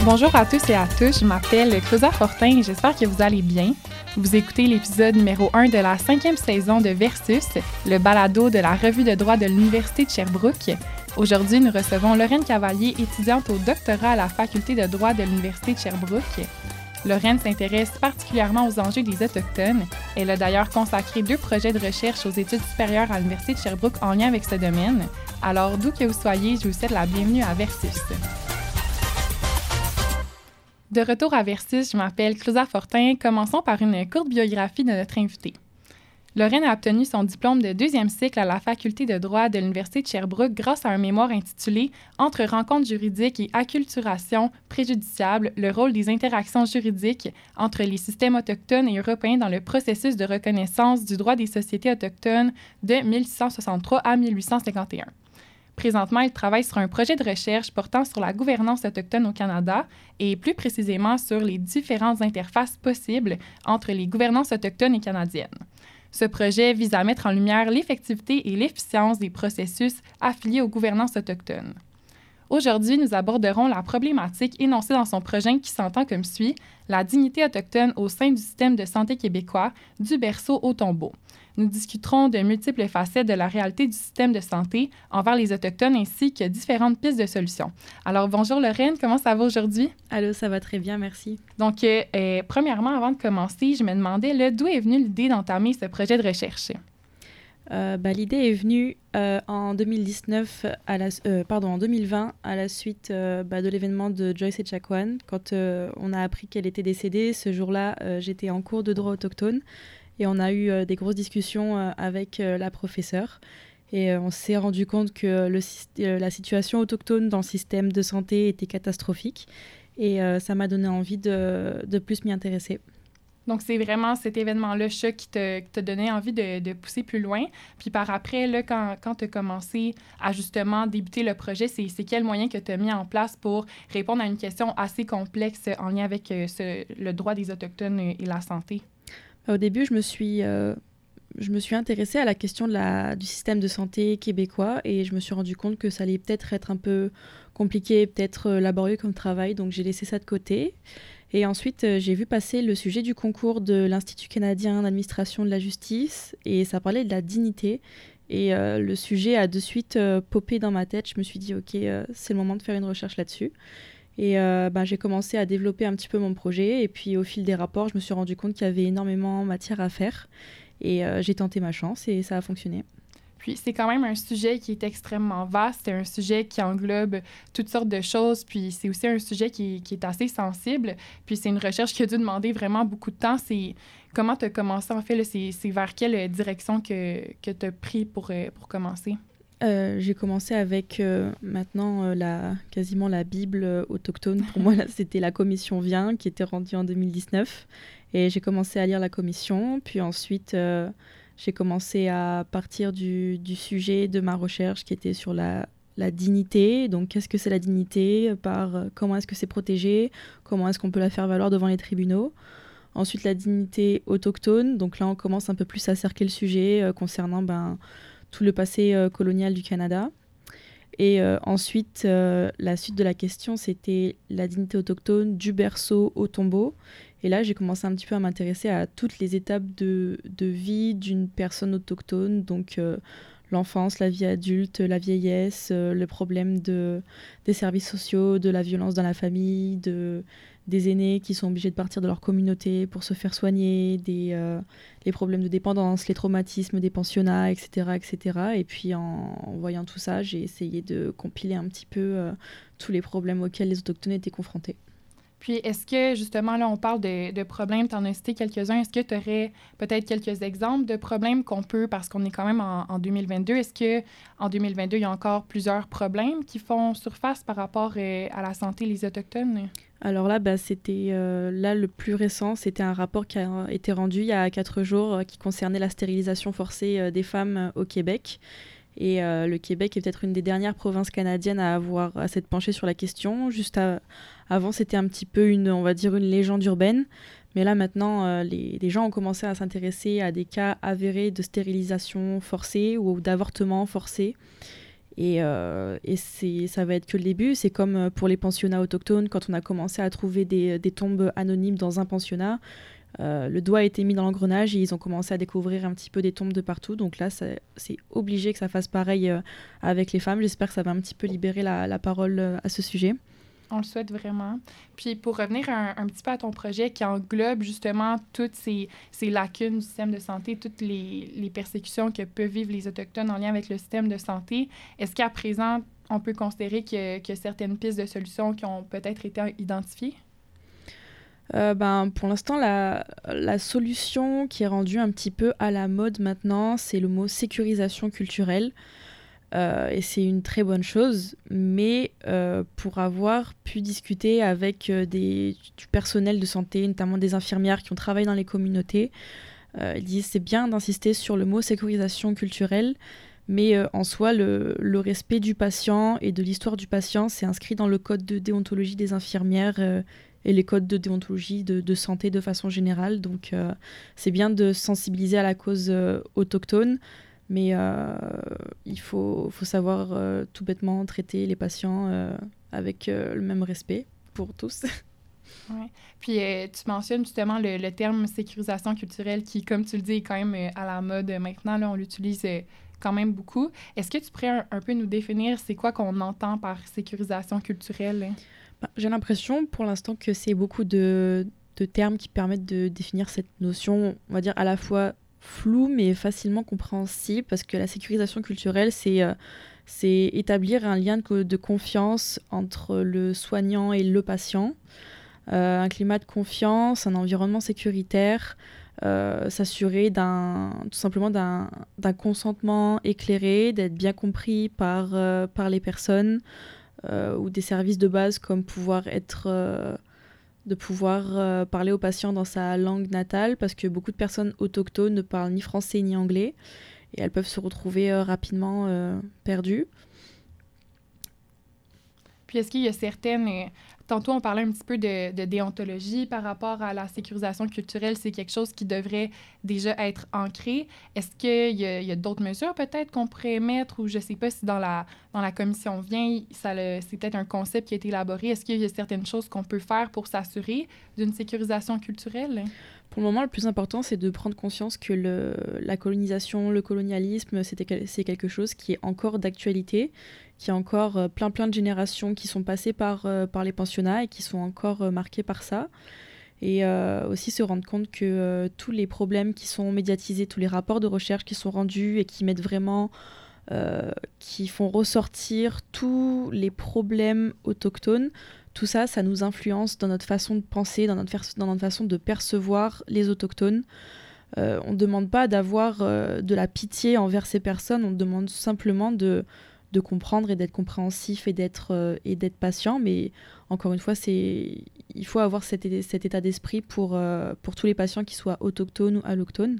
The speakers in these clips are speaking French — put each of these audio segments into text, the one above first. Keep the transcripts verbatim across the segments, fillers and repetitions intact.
Bonjour à tous et à toutes, je m'appelle Claudia Fortin et j'espère que vous allez bien. Vous écoutez l'épisode numéro un de la cinquième saison de Versus, le balado de la revue de droit de l'Université de Sherbrooke. Aujourd'hui, nous recevons Lorraine Cavalier, étudiante au doctorat à la Faculté de droit de l'Université de Sherbrooke. Lorraine s'intéresse particulièrement aux enjeux des Autochtones. Elle a d'ailleurs consacré deux projets de recherche aux études supérieures à l'Université de Sherbrooke en lien avec ce domaine. Alors, d'où que vous soyez, je vous souhaite la bienvenue à Versus. De retour à Versus, je m'appelle Claudia Fortin. Commençons par une courte biographie de notre invitée. Lorraine a obtenu son diplôme de deuxième cycle à la Faculté de droit de l'Université de Sherbrooke grâce à un mémoire intitulé « Entre rencontres juridiques et acculturation préjudiciable, le rôle des interactions juridiques entre les systèmes autochtones et européens dans le processus de reconnaissance du droit des sociétés autochtones de mille six cent soixante-trois à mille huit cent cinquante et un ». Présentement, il travaille sur un projet de recherche portant sur la gouvernance autochtone au Canada et plus précisément sur les différentes interfaces possibles entre les gouvernances autochtones et canadiennes. Ce projet vise à mettre en lumière l'effectivité et l'efficience des processus affiliés aux gouvernances autochtones. Aujourd'hui, nous aborderons la problématique énoncée dans son projet qui s'entend comme suit « La dignité autochtone au sein du système de santé québécois, du berceau au tombeau ». Nous discuterons de multiples facettes de la réalité du système de santé envers les Autochtones ainsi que différentes pistes de solutions. Alors, bonjour Lorraine, comment ça va aujourd'hui? Allô, ça va très bien, merci. Donc, euh, euh, premièrement, avant de commencer, je me demandais là, d'où est venue l'idée d'entamer ce projet de recherche? Euh, bah, l'idée est venue euh, en deux mille dix-neuf, à la, euh, pardon, en deux mille vingt, à la suite euh, bah, de l'événement de Joyce Echaquan. Quand euh, on a appris qu'elle était décédée, ce jour-là, euh, j'étais en cours de droit autochtone. Et on a eu euh, des grosses discussions euh, avec euh, la professeure. Et euh, on s'est rendu compte que le, euh, la situation autochtone dans le système de santé était catastrophique. Et euh, ça m'a donné envie de, de plus m'y intéresser. Donc, c'est vraiment cet événement-là, choc, qui t'a, qui t'a donné envie de, de pousser plus loin. Puis par après, là, quand, quand tu as commencé à justement débuter le projet, c'est, c'est quel moyen que tu as mis en place pour répondre à une question assez complexe en lien avec euh, ce, le droit des Autochtones et la santé? Au début, je me suis, euh, je me suis intéressée à la question de la, du système de santé québécois et je me suis rendu compte que ça allait peut-être être un peu compliqué, peut-être euh, laborieux comme travail, donc j'ai laissé ça de côté. Et ensuite, euh, j'ai vu passer le sujet du concours de l'Institut canadien d'administration de la justice et ça parlait de la dignité. Et euh, le sujet a de suite euh, popé dans ma tête. Je me suis dit, OK, euh, c'est le moment de faire une recherche là-dessus. Et euh, ben, j'ai commencé à développer un petit peu mon projet. Et puis, au fil des rapports, je me suis rendu compte qu'il y avait énormément de matière à faire. Et euh, j'ai tenté ma chance et ça a fonctionné. Puis, c'est quand même un sujet qui est extrêmement vaste. C'est un sujet qui englobe toutes sortes de choses. Puis, c'est aussi un sujet qui, qui est assez sensible. Puis, c'est une recherche qui a dû demander vraiment beaucoup de temps. C'est comment tu as commencé, en fait? Là, c'est, c'est vers quelle direction que, que tu as pris pour, pour commencer? Euh, j'ai commencé avec euh, maintenant euh, la, quasiment la Bible euh, autochtone. Pour moi, là, c'était la commission Vient qui était rendue en deux mille dix-neuf. Et j'ai commencé à lire la commission. Puis ensuite, euh, j'ai commencé à partir du, du sujet de ma recherche qui était sur la, la dignité. Donc, qu'est-ce que c'est la dignité? Par, euh, comment est-ce que c'est protégé? Comment est-ce qu'on peut la faire valoir devant les tribunaux? Ensuite, la dignité autochtone. Donc là, on commence un peu plus à cercler le sujet euh, concernant... Ben, tout le passé euh, colonial du Canada. Et euh, ensuite, euh, la suite de la question, c'était la dignité autochtone du berceau au tombeau. Et là, j'ai commencé un petit peu à m'intéresser à toutes les étapes de, de vie d'une personne autochtone, donc euh, l'enfance, la vie adulte, la vieillesse, euh, le problème de, des services sociaux, de la violence dans la famille, de, des aînés qui sont obligés de partir de leur communauté pour se faire soigner, des, euh, les problèmes de dépendance, les traumatismes des pensionnats, et cetera, et cetera. Et puis en, en voyant tout ça, j'ai essayé de compiler un petit peu euh, tous les problèmes auxquels les autochtones étaient confrontés. Puis, est-ce que, justement, là, on parle de, de problèmes, tu en as cité quelques-uns. Est-ce que tu aurais peut-être quelques exemples de problèmes qu'on peut, parce qu'on est quand même en, en deux mille vingt-deux, est-ce qu'en deux mille vingt-deux, il y a encore plusieurs problèmes qui font surface par rapport euh, à la santé des Autochtones? Alors là, bah, c'était euh, là le plus récent, c'était un rapport qui a été rendu il y a quatre jours euh, qui concernait la stérilisation forcée euh, des femmes euh, au Québec. Et euh, le Québec est peut-être une des dernières provinces canadiennes à avoir à s'être penchée sur la question. Juste à, avant, c'était un petit peu une, on va dire, une légende urbaine. Mais là, maintenant, euh, les, les gens ont commencé à s'intéresser à des cas avérés de stérilisation forcée ou d'avortement forcé. Et, euh, et c'est, ça va être que le début. C'est comme pour les pensionnats autochtones, quand on a commencé à trouver des, des tombes anonymes dans un pensionnat. Euh, le doigt a été mis dans l'engrenage et ils ont commencé à découvrir un petit peu des tombes de partout. Donc là, ça, c'est obligé que ça fasse pareil euh, avec les femmes. J'espère que ça va un petit peu libérer la, la parole euh, à ce sujet. On le souhaite vraiment. Puis pour revenir un, un petit peu à ton projet qui englobe justement toutes ces, ces lacunes du système de santé, toutes les, les persécutions que peuvent vivre les Autochtones en lien avec le système de santé, est-ce qu'à présent, on peut considérer que, que certaines pistes de solutions qui ont peut-être été identifiées? Euh, ben, pour l'instant, la, la solution qui est rendue un petit peu à la mode maintenant, c'est le mot sécurisation culturelle. Euh, et c'est une très bonne chose, mais euh, pour avoir pu discuter avec euh, des, du personnel de santé, notamment des infirmières qui ont travaillé dans les communautés, euh, ils disent que c'est bien d'insister sur le mot sécurisation culturelle, mais euh, en soi, le, le respect du patient et de l'histoire du patient, c'est inscrit dans le code de déontologie des infirmières euh, et les codes de déontologie de, de santé de façon générale. Donc euh, c'est bien de sensibiliser à la cause euh, autochtone, mais euh, il faut, faut savoir euh, tout bêtement traiter les patients euh, avec euh, le même respect pour tous. Ouais. Puis euh, tu mentionnes justement le, le terme sécurisation culturelle qui, comme tu le dis, est quand même euh, à la mode maintenant. Là, on l'utilise euh, quand même beaucoup. Est-ce que tu pourrais un, un peu nous définir c'est quoi qu'on entend par sécurisation culturelle? Ben, j'ai l'impression pour l'instant que c'est beaucoup de, de termes qui permettent de définir cette notion, on va dire à la fois flou mais facilement compréhensible, parce que la sécurisation culturelle, c'est, euh, c'est établir un lien de, de confiance entre le soignant et le patient, euh, un climat de confiance, un environnement sécuritaire, euh, s'assurer d'un, tout simplement d'un, d'un consentement éclairé, d'être bien compris par, euh, par les personnes, euh, ou des services de base comme pouvoir être... Euh, de pouvoir euh, parler au patient dans sa langue natale, parce que beaucoup de personnes autochtones ne parlent ni français ni anglais, et elles peuvent se retrouver euh, rapidement euh, perdues. Puis est-ce qu'il y a certaines... Euh, tantôt, on parlait un petit peu de, de déontologie par rapport à la sécurisation culturelle. C'est quelque chose qui devrait déjà être ancré. Est-ce qu'il y a, il y a d'autres mesures peut-être qu'on pourrait mettre, ou je ne sais pas si dans la, dans la commission vient, ça le, c'est peut-être un concept qui a été élaboré. Est-ce qu'il y a certaines choses qu'on peut faire pour s'assurer d'une sécurisation culturelle? Pour le moment, le plus important, c'est de prendre conscience que le, la colonisation, le colonialisme, c'était, c'est quelque chose qui est encore d'actualité, qui a encore euh, plein plein de générations qui sont passées par, euh, par les pensionnats et qui sont encore euh, marquées par ça. Et euh, aussi se rendre compte que euh, tous les problèmes qui sont médiatisés, tous les rapports de recherche qui sont rendus et qui mettent vraiment... Euh, qui font ressortir tous les problèmes autochtones, tout ça, ça nous influence dans notre façon de penser, dans notre, fa- dans notre façon de percevoir les autochtones. Euh, on ne demande pas d'avoir euh, de la pitié envers ces personnes, on demande simplement de, de comprendre et d'être compréhensif et d'être, euh, et d'être patient. Mais encore une fois, c'est, il faut avoir cet, cet état d'esprit pour, euh, pour tous les patients, qui soient autochtones ou allochtones.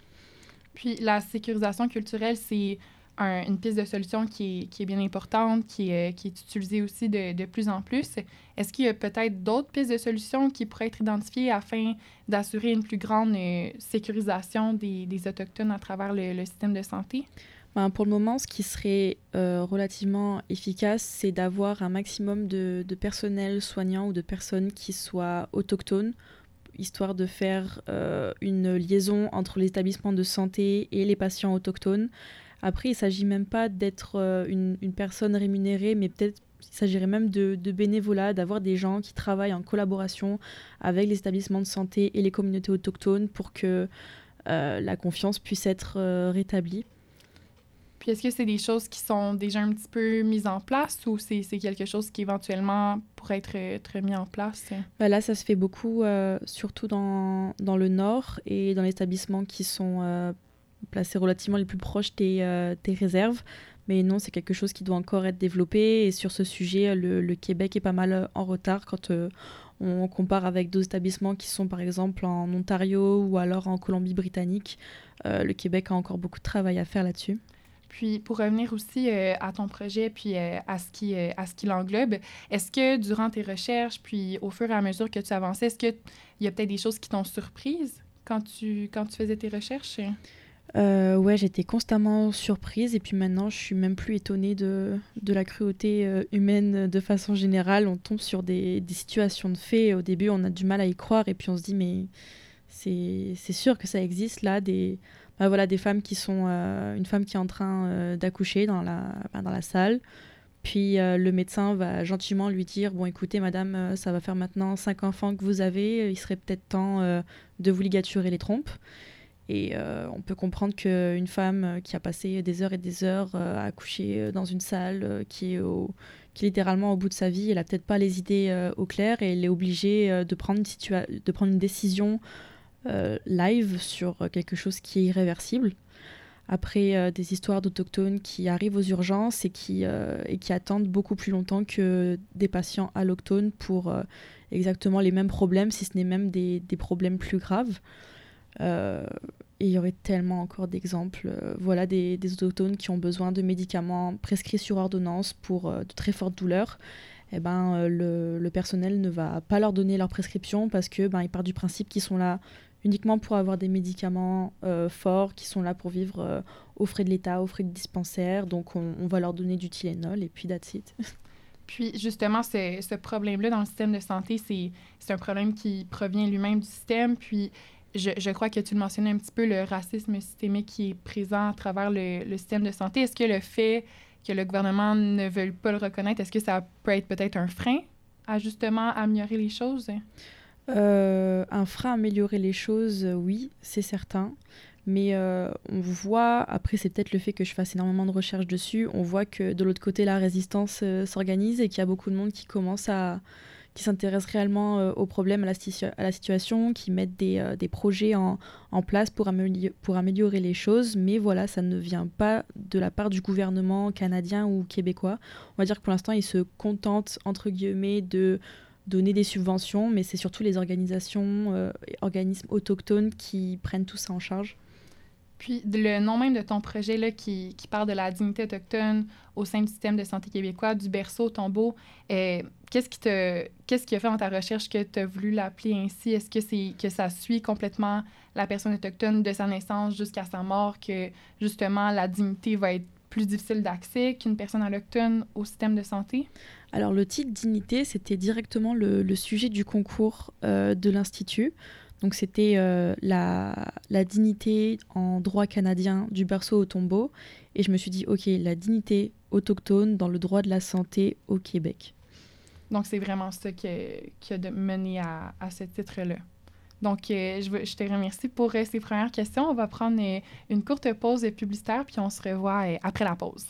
Puis la sécurisation culturelle, c'est un, une piste de solution qui est, qui est bien importante, qui est, qui est utilisée aussi de, de plus en plus. Est-ce qu'il y a peut-être d'autres pistes de solutions qui pourraient être identifiées afin d'assurer une plus grande euh, sécurisation des, des Autochtones à travers le, le système de santé? Ben, pour le moment, ce qui serait euh, relativement efficace, c'est d'avoir un maximum de, de personnel soignant ou de personnes qui soient autochtones, histoire de faire euh, une liaison entre les établissements de santé et les patients autochtones. Après, il ne s'agit même pas d'être euh, une, une personne rémunérée, mais peut-être il s'agirait même de, de bénévolat, d'avoir des gens qui travaillent en collaboration avec les établissements de santé et les communautés autochtones pour que euh, la confiance puisse être euh, rétablie. Puis est-ce que c'est des choses qui sont déjà un petit peu mises en place, ou c'est, c'est quelque chose qui éventuellement pourrait être, être mis en place? Ben là, ça se fait beaucoup, euh, surtout dans, dans le Nord et dans les établissements qui sont euh, placés relativement les plus proches des, euh, des réserves. Mais non, c'est quelque chose qui doit encore être développé. Et sur ce sujet, le, le Québec est pas mal en retard quand euh, on compare avec d'autres établissements qui sont par exemple en Ontario ou alors en Colombie-Britannique. Euh, le Québec a encore beaucoup de travail à faire là-dessus. Puis, pour revenir aussi euh, à ton projet, puis euh, à ce qui, euh, à ce qui l'englobe, est-ce que durant tes recherches, puis au fur et à mesure que tu avançais, est-ce qu'il y a peut-être des choses qui t'ont surprise quand tu, quand tu faisais tes recherches? Euh, ouais, j'étais constamment surprise et puis maintenant je suis même plus étonnée de, de la cruauté euh, humaine de façon générale. On tombe sur des, des situations de fait. Au début, on a du mal à y croire et puis on se dit mais c'est, c'est sûr que ça existe là. Des, bah voilà, des femmes qui sont... euh, une femme qui est en train euh, d'accoucher dans la, bah, dans la salle. Puis euh, le médecin va gentiment lui dire « Bon, écoutez, madame, euh, ça va faire maintenant cinq enfants que vous avez. Il serait peut-être temps euh, de vous ligaturer les trompes. » Et euh, on peut comprendre qu'une femme qui a passé des heures et des heures euh, à accoucher dans une salle, euh, qui, est au, qui est littéralement au bout de sa vie, elle n'a peut-être pas les idées euh, au clair et elle est obligée euh, de, prendre une situa- de prendre une décision euh, live sur quelque chose qui est irréversible. Après, euh, des histoires d'autochtones qui arrivent aux urgences et qui, euh, et qui attendent beaucoup plus longtemps que des patients allochtones pour euh, exactement les mêmes problèmes, si ce n'est même des, des problèmes plus graves. Euh, et il y aurait tellement encore d'exemples. Euh, voilà, des, des autochtones qui ont besoin de médicaments prescrits sur ordonnance pour euh, de très fortes douleurs. Eh ben, euh, le, le personnel ne va pas leur donner leur prescription parce que ben, ils partent du principe qu'ils sont là uniquement pour avoir des médicaments euh, forts, qui sont là pour vivre euh, aux frais de l'État, aux frais de dispensaire. Donc on, on va leur donner du Tylenol et puis that's it. Puis justement, ce, ce problème-là dans le système de santé, c'est, c'est un problème qui provient lui-même du système. Puis je, je crois que tu le mentionnais un petit peu, le racisme systémique qui est présent à travers le, le système de santé. Est-ce que le fait que le gouvernement ne veuille pas le reconnaître, est-ce que ça peut être peut-être un frein à justement améliorer les choses? Euh, un frein à améliorer les choses, euh, oui, c'est certain. Mais euh, on voit, après c'est peut-être le fait que je fasse énormément de recherches dessus, on voit que de l'autre côté la résistance euh, s'organise et qu'il y a beaucoup de monde qui commence à... qui s'intéresse réellement euh, aux problèmes, à la, situa- à la situation, qui mettent des, euh, des projets en, en place pour, amélior- pour améliorer les choses. Mais voilà, ça ne vient pas de la part du gouvernement canadien ou québécois. On va dire que pour l'instant, ils se contentent, entre guillemets, de donner des subventions, mais c'est surtout les organisations, euh, organismes autochtones qui prennent tout ça en charge. Puis le nom même de ton projet là, qui, qui parle de la dignité autochtone au sein du système de santé québécois, du berceau au tombeau, euh, qu'est-ce qui te, qu'est-ce qui a fait dans ta recherche que tu as voulu l'appeler ainsi? Est-ce que c'est que ça suit complètement la personne autochtone de sa naissance jusqu'à sa mort, que justement la dignité va être plus difficile d'accès qu'une personne autochtone au système de santé? Alors le titre dignité, c'était directement le, le sujet du concours euh, de l'Institut. Donc c'était euh, la, la dignité en droit canadien du berceau au tombeau. Et je me suis dit, ok, la dignité autochtone dans le droit de la santé au Québec. Donc c'est vraiment ça qui a, qui a de mené à, à ce titre-là. Donc, euh, je, veux, je te remercie pour euh, ces premières questions. On va prendre euh, une courte pause publicitaire, puis on se revoit euh, après la pause.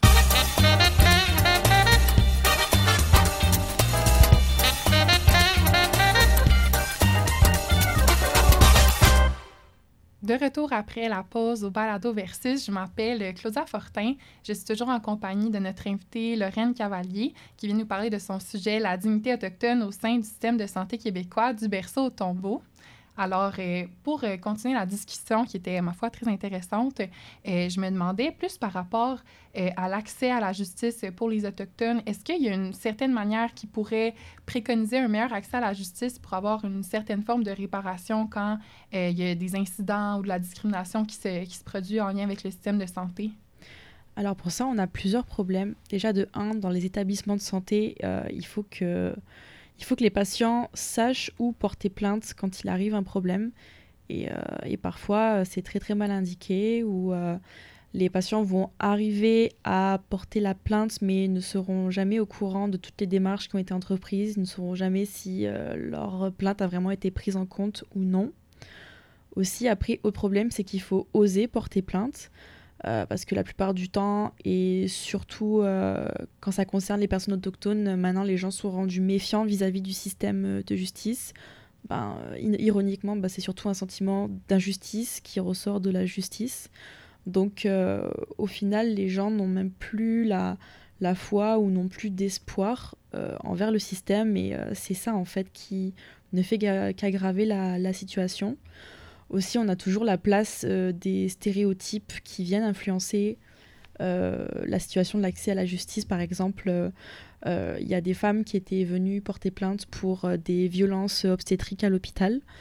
De retour après la pause au Balado Versus, je m'appelle Claudia Fortin. Je suis toujours en compagnie de notre invitée Lorraine Cavalier, qui vient nous parler de son sujet « La dignité autochtone au sein du système de santé québécois, du berceau au tombeau ». Alors, euh, pour euh, continuer la discussion, qui était, ma foi, très intéressante, euh, je me demandais plus par rapport euh, à l'accès à la justice pour les Autochtones. Est-ce qu'il y a une certaine manière qui pourrait préconiser un meilleur accès à la justice pour avoir une certaine forme de réparation quand euh, il y a des incidents ou de la discrimination qui se, qui se produit en lien avec le système de santé? Alors pour ça, on a plusieurs problèmes. Déjà, de un, dans les établissements de santé, euh, il faut que... Il faut que les patients sachent où porter plainte quand il arrive un problème. Et, euh, et parfois, c'est très très mal indiqué, où euh, les patients vont arriver à porter la plainte, mais ne seront jamais au courant de toutes les démarches qui ont été entreprises, ne sauront jamais si euh, leur plainte a vraiment été prise en compte ou non. Aussi, après, autre problème, c'est qu'il faut oser porter plainte. Euh, parce que la plupart du temps, et surtout euh, quand ça concerne les personnes autochtones, maintenant les gens sont rendus méfiants vis-à-vis du système de justice. Ben, ironiquement, ben, c'est surtout un sentiment d'injustice qui ressort de la justice. Donc euh, au final, les gens n'ont même plus la, la foi ou n'ont plus d'espoir euh, envers le système. Et euh, c'est ça en fait qui ne fait qu'aggraver la, la situation. Aussi, on a toujours la place euh, des stéréotypes qui viennent influencer euh, la situation de l'accès à la justice. Par exemple, il euh, y a des femmes qui étaient venues porter plainte pour euh, des violences obstétriques à l'hôpital.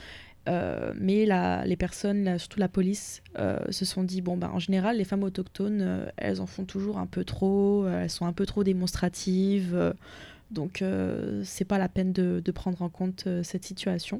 Euh, mais la, les personnes, la, surtout la police, euh, se sont dit, bon, bah, en général, les femmes autochtones, euh, elles en font toujours un peu trop, euh, elles sont un peu trop démonstratives, euh, donc euh, c'est pas la peine de, de prendre en compte euh, cette situation.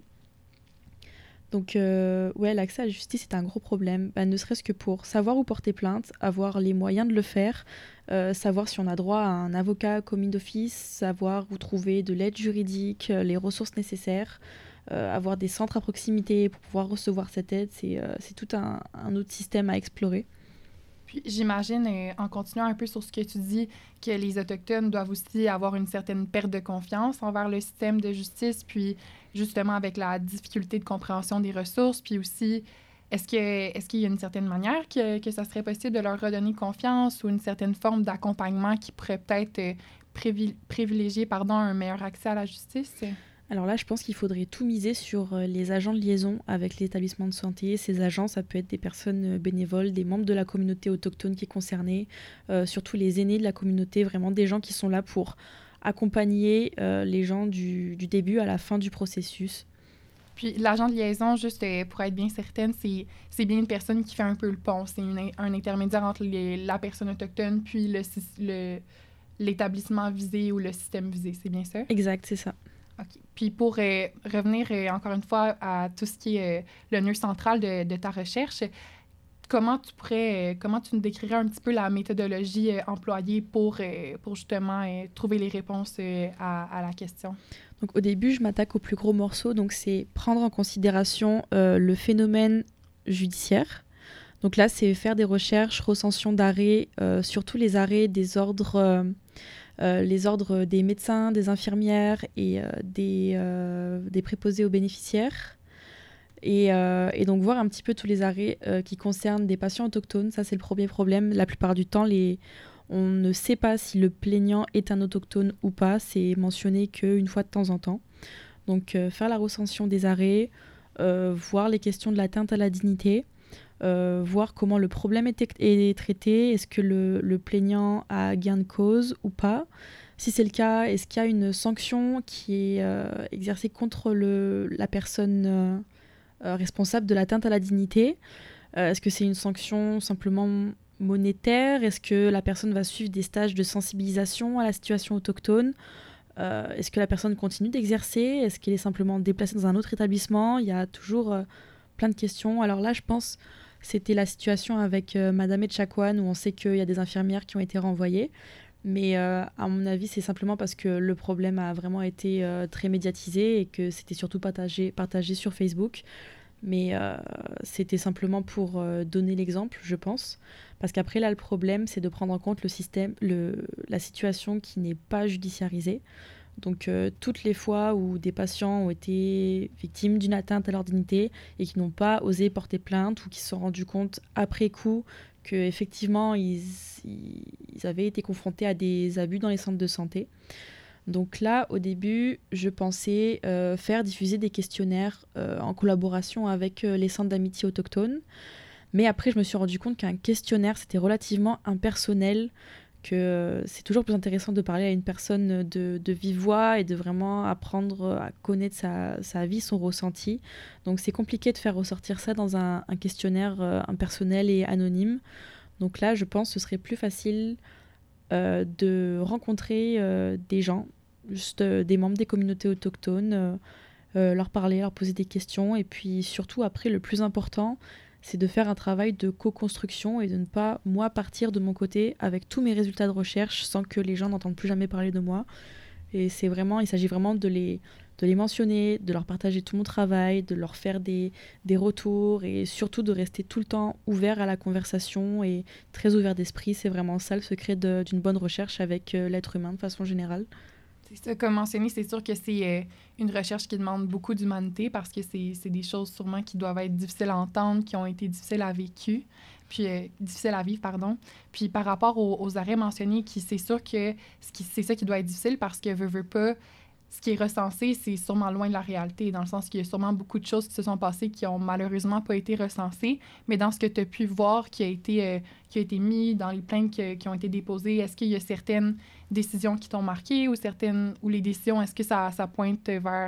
Donc, euh, ouais, l'accès à la justice est un gros problème, bah, ne serait-ce que pour savoir où porter plainte, avoir les moyens de le faire, euh, savoir si on a droit à un avocat commis d'office, savoir où trouver de l'aide juridique, euh, les ressources nécessaires. Euh, avoir des centres à proximité pour pouvoir recevoir cette aide, c'est, euh, c'est tout un, un autre système à explorer. Puis j'imagine, euh, en continuant un peu sur ce que tu dis, que les Autochtones doivent aussi avoir une certaine perte de confiance envers le système de justice, puis justement avec la difficulté de compréhension des ressources, puis aussi, est-ce, que, est-ce qu'il y a une certaine manière que, que ça serait possible de leur redonner confiance ou une certaine forme d'accompagnement qui pourrait peut-être euh, prévi- privilégier pardon, un meilleur accès à la justice? Alors là, je pense qu'il faudrait tout miser sur les agents de liaison avec l'établissement de santé. Ces agents, ça peut être des personnes bénévoles, des membres de la communauté autochtone qui est concernée, euh, surtout les aînés de la communauté, vraiment des gens qui sont là pour accompagner euh, les gens du, du début à la fin du processus. Puis l'agent de liaison, juste euh, pour être bien certaine, c'est, c'est bien une personne qui fait un peu le pont. C'est une, un intermédiaire entre les, la personne autochtone puis le, le, l'établissement visé ou le système visé. C'est bien ça? Exact, c'est ça. OK. Puis pour euh, revenir euh, encore une fois à tout ce qui est euh, le nœud central de, de ta recherche, comment tu pourrais, euh, comment tu nous décrirais un petit peu la méthodologie euh, employée pour, euh, pour justement euh, trouver les réponses euh, à, à la question? Donc au début, je m'attaque au plus gros morceau, donc c'est prendre en considération euh, le phénomène judiciaire. Donc là, c'est faire des recherches, recension d'arrêts, euh, surtout les arrêts des ordres... Euh, Euh, les ordres des médecins, des infirmières et euh, des, euh, des préposés aux bénéficiaires. Et, euh, et donc voir un petit peu tous les arrêts euh, qui concernent des patients autochtones. Ça, c'est le premier problème. La plupart du temps, les... on ne sait pas si le plaignant est un autochtone ou pas. C'est mentionné qu'une fois de temps en temps. Donc euh, faire la recension des arrêts, euh, voir les questions de l'atteinte à la dignité, Euh, voir comment le problème est, est traité, est-ce que le, le plaignant a gain de cause ou pas. Si c'est le cas, est-ce qu'il y a une sanction qui est euh, exercée contre le, la personne euh, euh, responsable de l'atteinte à la dignité. Euh, est-ce que c'est une sanction simplement monétaire? Est-ce que la personne va suivre des stages de sensibilisation à la situation autochtone? Euh, est-ce que la personne continue d'exercer? Est-ce qu'elle est simplement déplacée dans un autre établissement? Il y a toujours euh, plein de questions. Alors là, je pense... C'était la situation avec euh, Madame Etchakwan, où on sait qu'il y a des infirmières qui ont été renvoyées. Mais euh, à mon avis, c'est simplement parce que le problème a vraiment été euh, très médiatisé et que c'était surtout partagé, partagé sur Facebook. Mais euh, c'était simplement pour euh, donner l'exemple, je pense. Parce qu'après, là, le problème, c'est de prendre en compte le système, le, la situation qui n'est pas judiciarisée. Donc, euh, toutes les fois où des patients ont été victimes d'une atteinte à leur dignité et qui n'ont pas osé porter plainte ou qui se sont rendus compte après coup qu'effectivement, ils, ils avaient été confrontés à des abus dans les centres de santé. Donc là, au début, je pensais euh, faire diffuser des questionnaires euh, en collaboration avec euh, les centres d'amitié autochtones. Mais après, je me suis rendu compte qu'un questionnaire, c'était relativement impersonnel, que c'est toujours plus intéressant de parler à une personne de, de vive voix et de vraiment apprendre à connaître sa, sa vie, son ressenti. Donc c'est compliqué de faire ressortir ça dans un, un questionnaire euh, impersonnel et anonyme. Donc là, je pense que ce serait plus facile euh, de rencontrer euh, des gens, juste euh, des membres des communautés autochtones, euh, euh, leur parler, leur poser des questions. Et puis surtout, après, le plus important, c'est de faire un travail de co-construction et de ne pas, moi, partir de mon côté avec tous mes résultats de recherche sans que les gens n'entendent plus jamais parler de moi. Et c'est vraiment, il s'agit vraiment de les, de les mentionner, de leur partager tout mon travail, de leur faire des, des retours et surtout de rester tout le temps ouvert à la conversation et très ouvert d'esprit. C'est vraiment ça le secret de, d'une bonne recherche avec euh, l'être humain de façon générale. C'est ça, comme mentionné, c'est sûr que c'est euh, une recherche qui demande beaucoup d'humanité parce que c'est, c'est des choses sûrement qui doivent être difficiles à entendre, qui ont été difficiles à vécu, puis euh, difficiles à vivre, pardon. Puis par rapport aux, aux arrêts mentionnés, qui, c'est sûr que ce qui, c'est ça qui doit être difficile parce que veut, veut pas, ce qui est recensé, c'est sûrement loin de la réalité, dans le sens qu'il y a sûrement beaucoup de choses qui se sont passées qui ont malheureusement pas été recensées, mais dans ce que tu as pu voir qui a été, euh, qui a été mis dans les plaintes qui, qui ont été déposées, est-ce qu'il y a certaines décisions qui t'ont marqué ou certaines ou les décisions, est-ce que ça, ça pointe vers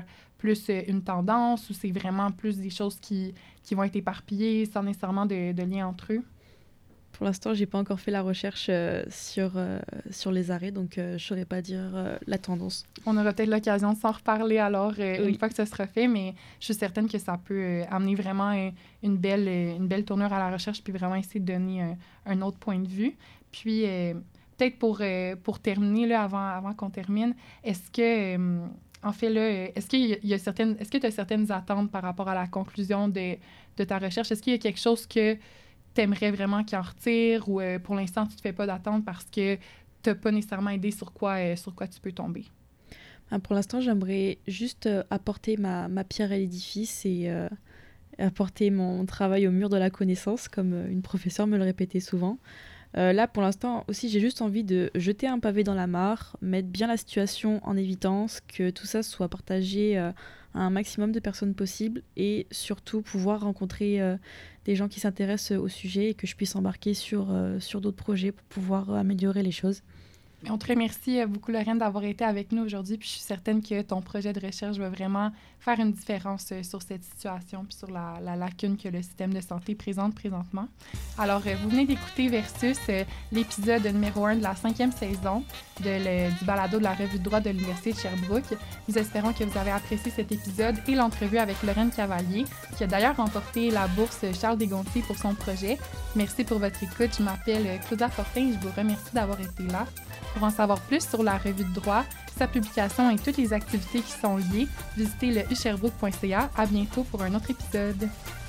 plus euh, une tendance ou c'est vraiment plus des choses qui, qui vont être éparpillées sans nécessairement de, de lien entre eux? Pour l'instant, j'ai pas encore fait la recherche euh, sur, euh, sur les arrêts, donc euh, je saurais pas dire euh, la tendance. On aura peut-être l'occasion de s'en reparler alors euh, Oui. une fois que ce sera fait, mais je suis certaine que ça peut euh, amener vraiment euh, une, belle, euh, une belle tournure à la recherche puis vraiment essayer de donner euh, un autre point de vue. Puis, euh, peut-être pour, euh, pour terminer, là, avant, avant qu'on termine, est-ce que, euh, en fait, là, est-ce qu'il y a, il y a certaines, est-ce que tu as certaines attentes par rapport à la conclusion de, de ta recherche? Est-ce qu'il y a quelque chose que tu aimerais vraiment qu'il en retire ou euh, pour l'instant, tu ne te fais pas d'attente parce que tu n'as pas nécessairement idée sur quoi, euh, sur quoi tu peux tomber? Ah, pour l'instant, j'aimerais juste euh, apporter ma, ma pierre à l'édifice et euh, apporter mon travail au mur de la connaissance, comme euh, une professeure me le répétait souvent. Euh, là, pour l'instant, aussi, j'ai juste envie de jeter un pavé dans la mare, mettre bien la situation en évidence, que tout ça soit partagé euh, à un maximum de personnes possible et surtout pouvoir rencontrer euh, des gens qui s'intéressent au sujet et que je puisse embarquer sur, euh, sur d'autres projets pour pouvoir euh, améliorer les choses. On te remercie beaucoup, Lorraine, d'avoir été avec nous aujourd'hui. Puis je suis certaine que ton projet de recherche va vraiment faire une différence euh, sur cette situation puis sur la, la lacune que le système de santé présente présentement. Alors, euh, vous venez d'écouter Versus, euh, l'épisode numéro un de la cinquième saison de le, du balado de la Revue de droit de l'Université de Sherbrooke. Nous espérons que vous avez apprécié cet épisode et l'entrevue avec Lorraine Cavalier, qui a d'ailleurs remporté la bourse Charles Desgontier pour son projet. Merci pour votre écoute. Je m'appelle Claudia Fortin et je vous remercie d'avoir été là. Pour en savoir plus sur la Revue de droit, sa publication et toutes les activités qui sont liées, visitez le u sherbrooke point c a. À bientôt pour un autre épisode.